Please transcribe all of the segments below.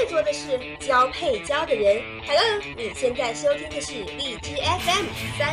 在做的是交配交的人。Hello， 你现在收听的是荔枝 FM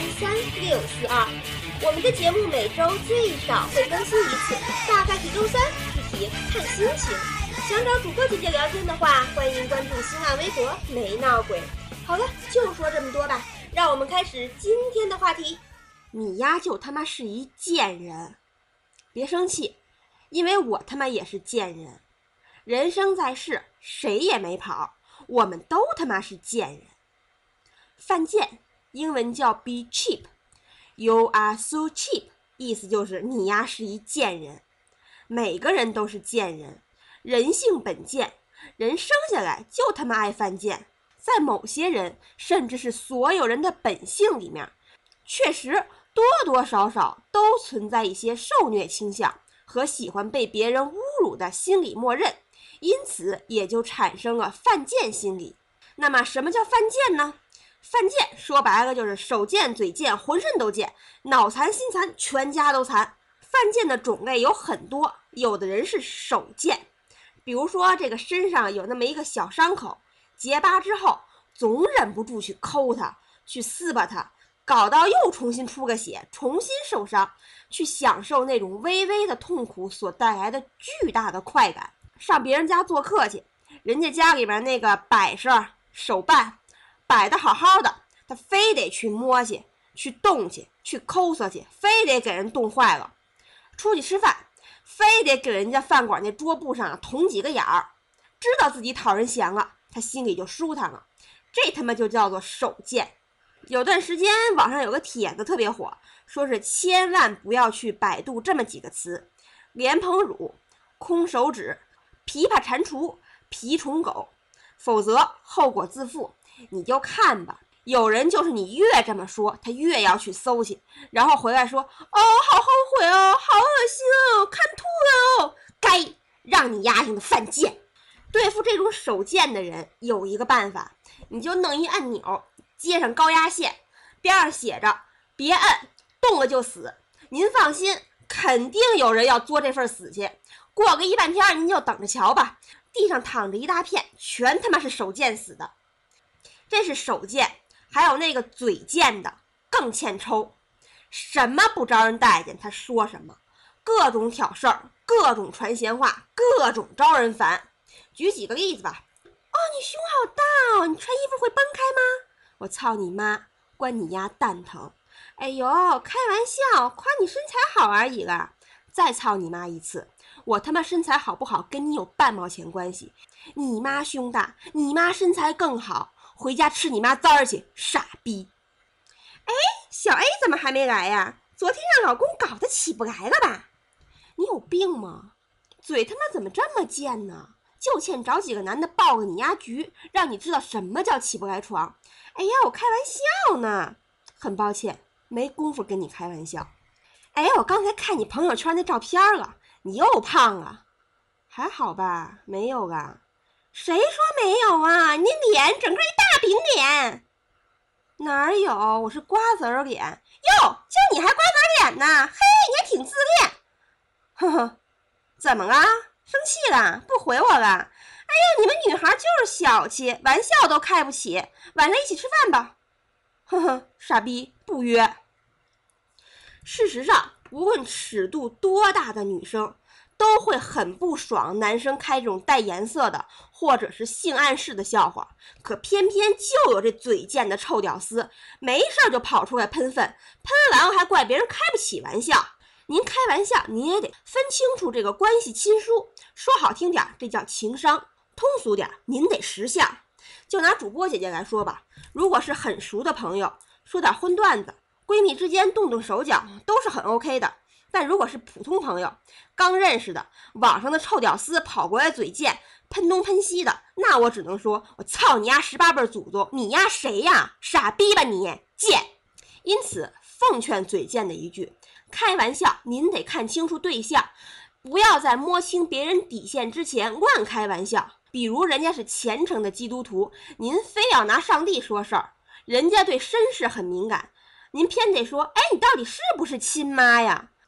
33642。我们的节目每周最少会更新一次，大概是周三，具体看心情。想找主播姐姐聊天的话，欢迎关注新浪微博没闹鬼。好了，就说这么多吧，让我们开始今天的话题。你丫就他妈是一贱人，别生气，因为我他妈也是贱人。人生在世，谁也没跑，我们都他妈是贱人。犯贱，英文叫 be cheap。You are so cheap， 意思就是你丫是一贱人。每个人都是贱人，人性本贱，人生下来就他妈爱犯贱。在某些人，甚至是所有人的本性里面，确实多多少少都存在一些受虐倾向和喜欢被别人侮辱的心理默认，因此也就产生了犯贱心理。那么什么叫犯贱呢？犯贱说白了就是手贱嘴贱浑身都贱，脑残心残全家都残。犯贱的种类有很多，有的人是手贱，比如说这个身上有那么一个小伤口，结疤之后总忍不住去抠它，去撕巴它，搞到又重新出个血，重新受伤，去享受那种微微的痛苦所带来的巨大的快感。上别人家做客去，人家家里边那个摆设手办摆得好好的，他非得去摸去，去动去，去抠索去，非得给人冻坏了。出去吃饭，非得给人家饭馆那桌布上捅几个眼儿，知道自己讨人嫌了，他心里就舒坦了。这他妈就叫做手贱。有段时间网上有个帖子特别火，说是千万不要去百度这么几个词：莲蓬乳、空手指、琵琶蟾蜍、皮虫狗，否则后果自负。你就看吧，有人就是你越这么说，他越要去搜去，然后回来说：哦，好后悔哦，好恶心哦，看吐了哦，该让你丫性的犯贱。对付这种手贱的人有一个办法，你就弄一按钮，接上高压线，边上写着别按，动了就死。您放心，肯定有人要作这份死去。过个一半天您就等着瞧吧，地上躺着一大片，全他妈是手贱死的。这是手贱，还有那个嘴贱的更欠抽，什么不招人待见他说什么，各种挑事儿，各种传闲话，各种招人烦。举几个例子吧。哦，你胸好大哦，你穿衣服会崩开吗？我操你妈，关你丫蛋疼。哎呦，开玩笑，夸你身材好而已啦。再操你妈一次，我他妈身材好不好跟你有半毛钱关系。你妈胸大，你妈身材更好，回家吃你妈簪儿去，傻逼。哎，小 A 怎么还没来呀？昨天让老公搞得起不来了吧？你有病吗？嘴他妈怎么这么贱呢？就欠找几个男的抱个你丫局，让你知道什么叫起不来床。哎呀，我开玩笑呢，很抱歉，没工夫跟你开玩笑。哎，我刚才看你朋友圈那照片了，你又胖了。还好吧，没有啦。谁说没有啊？你脸整个一大饼脸。哪儿有？我是瓜子儿脸。哟，就你还瓜子儿脸呢？嘿，你还挺自恋。呵呵，怎么啦？生气了？不回我了？哎呦，你们女孩就是小气，玩笑都开不起。晚上一起吃饭吧。呵呵，傻逼，不约。事实上，无论尺度多大的女生，都会很不爽男生开这种带颜色的或者是性暗示的笑话，可偏偏就有这嘴贱的臭屌丝，没事就跑出来喷粪，喷完了还怪别人开不起玩笑。您开玩笑，您也得分清楚这个关系亲疏，说好听点这叫情商，通俗点您得识相。就拿主播姐姐来说吧，如果是很熟的朋友，说点荤段子，闺蜜之间动动手脚都是很 OK 的。但如果是普通朋友，刚认识的，网上的臭屌丝跑过来嘴贱，喷东喷西的，那我只能说，我操你丫18辈祖宗，你丫谁呀？傻逼吧你，贱！因此，奉劝嘴贱的一句，开玩笑您得看清楚对象，不要在摸清别人底线之前乱开玩笑。比如人家是虔诚的基督徒，您非要拿上帝说事儿，人家对身世很敏感，您偏得说，哎，你到底是不是亲妈呀？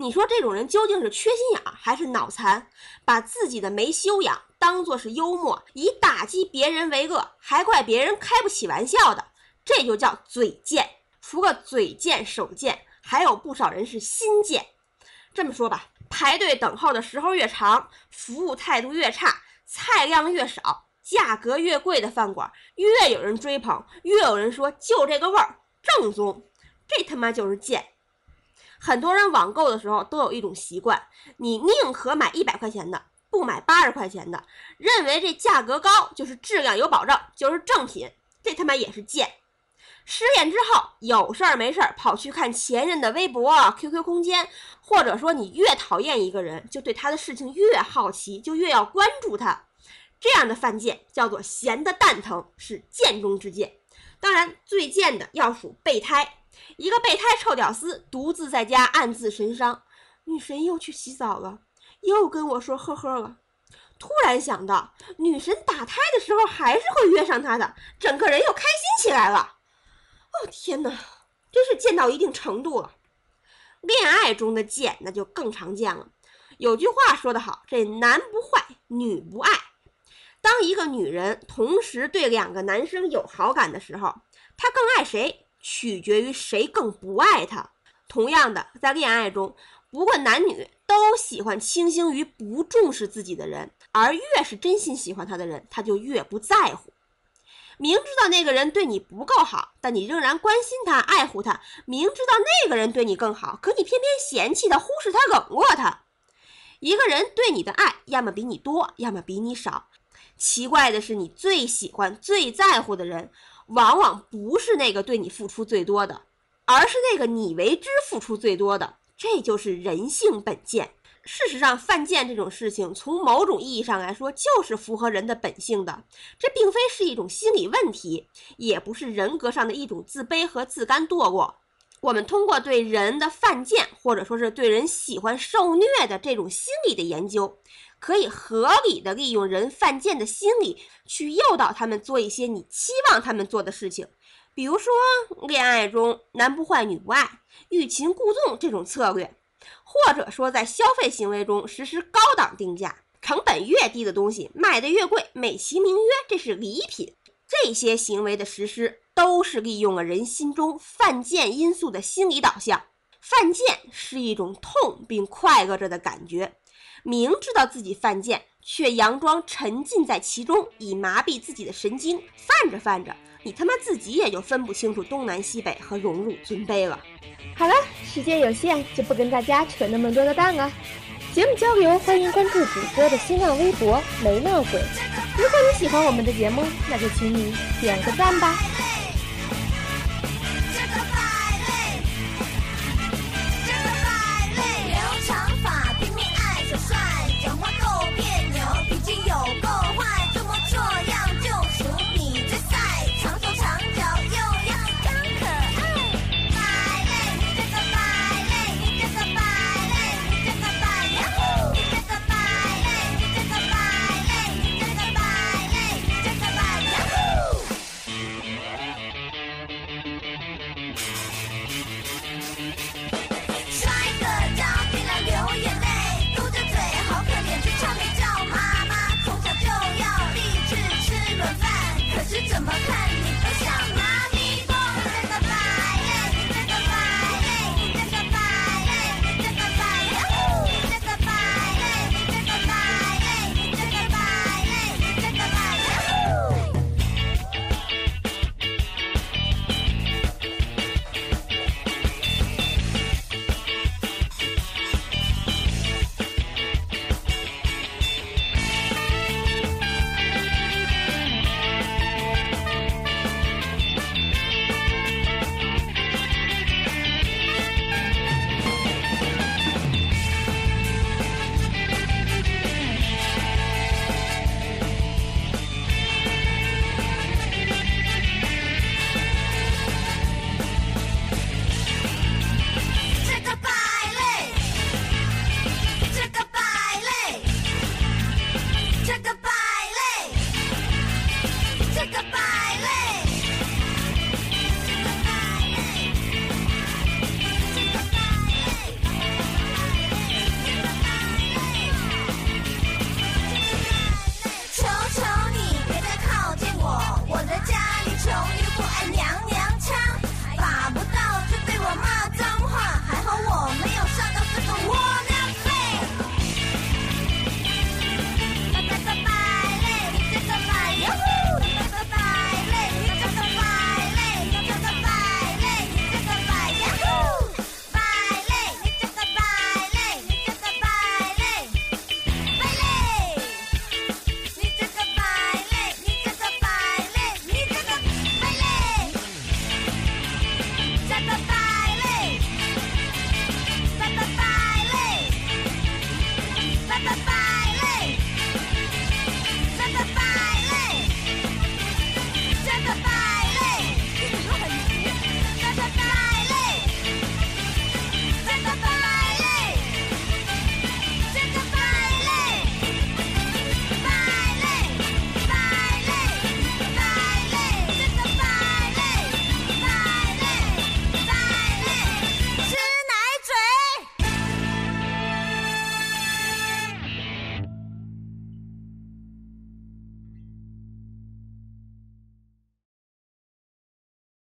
你说这种人究竟是缺心眼还是脑残？把自己的没修养当作是幽默，以打击别人为乐，还怪别人开不起玩笑的，这就叫嘴贱。除了嘴贱手贱，还有不少人是心贱。这么说吧，排队等候的时候越长，服务态度越差，菜量越少，价格越贵的饭馆越有人追捧，越有人说就这个味儿正宗，这他妈就是贱。很多人网购的时候都有一种习惯，你宁可买100块钱的，不买80块钱的，认为这价格高就是质量有保证，就是正品，这他妈也是贱。失恋之后有事儿没事儿跑去看前任的微博、QQ 空间，或者说你越讨厌一个人，就对他的事情越好奇，就越要关注他，这样的犯贱叫做闲的蛋疼，是贱中之贱。当然最贱的要数备胎，一个备胎臭屌丝独自在家暗自神伤，女神又去洗澡了，又跟我说呵呵了。突然想到女神打胎的时候还是会约上他的，整个人又开心起来了。哦天哪，真是贱到一定程度了。恋爱中的贱那就更常见了。有句话说得好，这男不坏女不爱。当一个女人同时对2个男生有好感的时候，她更爱谁取决于谁更不爱她。同样的，在恋爱中，不论男女都喜欢倾心于不重视自己的人，而越是真心喜欢他的人，他就越不在乎。明知道那个人对你不够好，但你仍然关心他爱护他，明知道那个人对你更好，可你偏偏嫌弃他忽视他冷落他。一个人对你的爱要么比你多，要么比你少，奇怪的是你最喜欢最在乎的人往往不是那个对你付出最多的，而是那个你为之付出最多的，这就是人性本贱。事实上，犯贱这种事情从某种意义上来说就是符合人的本性的，这并非是一种心理问题，也不是人格上的一种自卑和自甘堕落。我们通过对人的犯贱，或者说是对人喜欢受虐的这种心理的研究，可以合理的利用人犯贱的心理去诱导他们做一些你期望他们做的事情。比如说恋爱中男不坏女不爱、欲擒故纵这种策略，或者说在消费行为中实施高档定价，成本越低的东西卖得越贵，美其名曰这是礼品。这些行为的实施都是利用了人心中犯贱因素的心理导向。犯贱是一种痛并快乐着的感觉，明知道自己犯贱，却佯装沉浸在其中，以麻痹自己的神经。犯着犯着，你他妈自己也就分不清楚东南西北和荣辱尊卑了。 好了，时间有限，就不跟大家扯那么多的蛋了。节目交流，欢迎关注主播的新浪微博没闹鬼。如果你喜欢我们的节目，那就请你点个赞吧。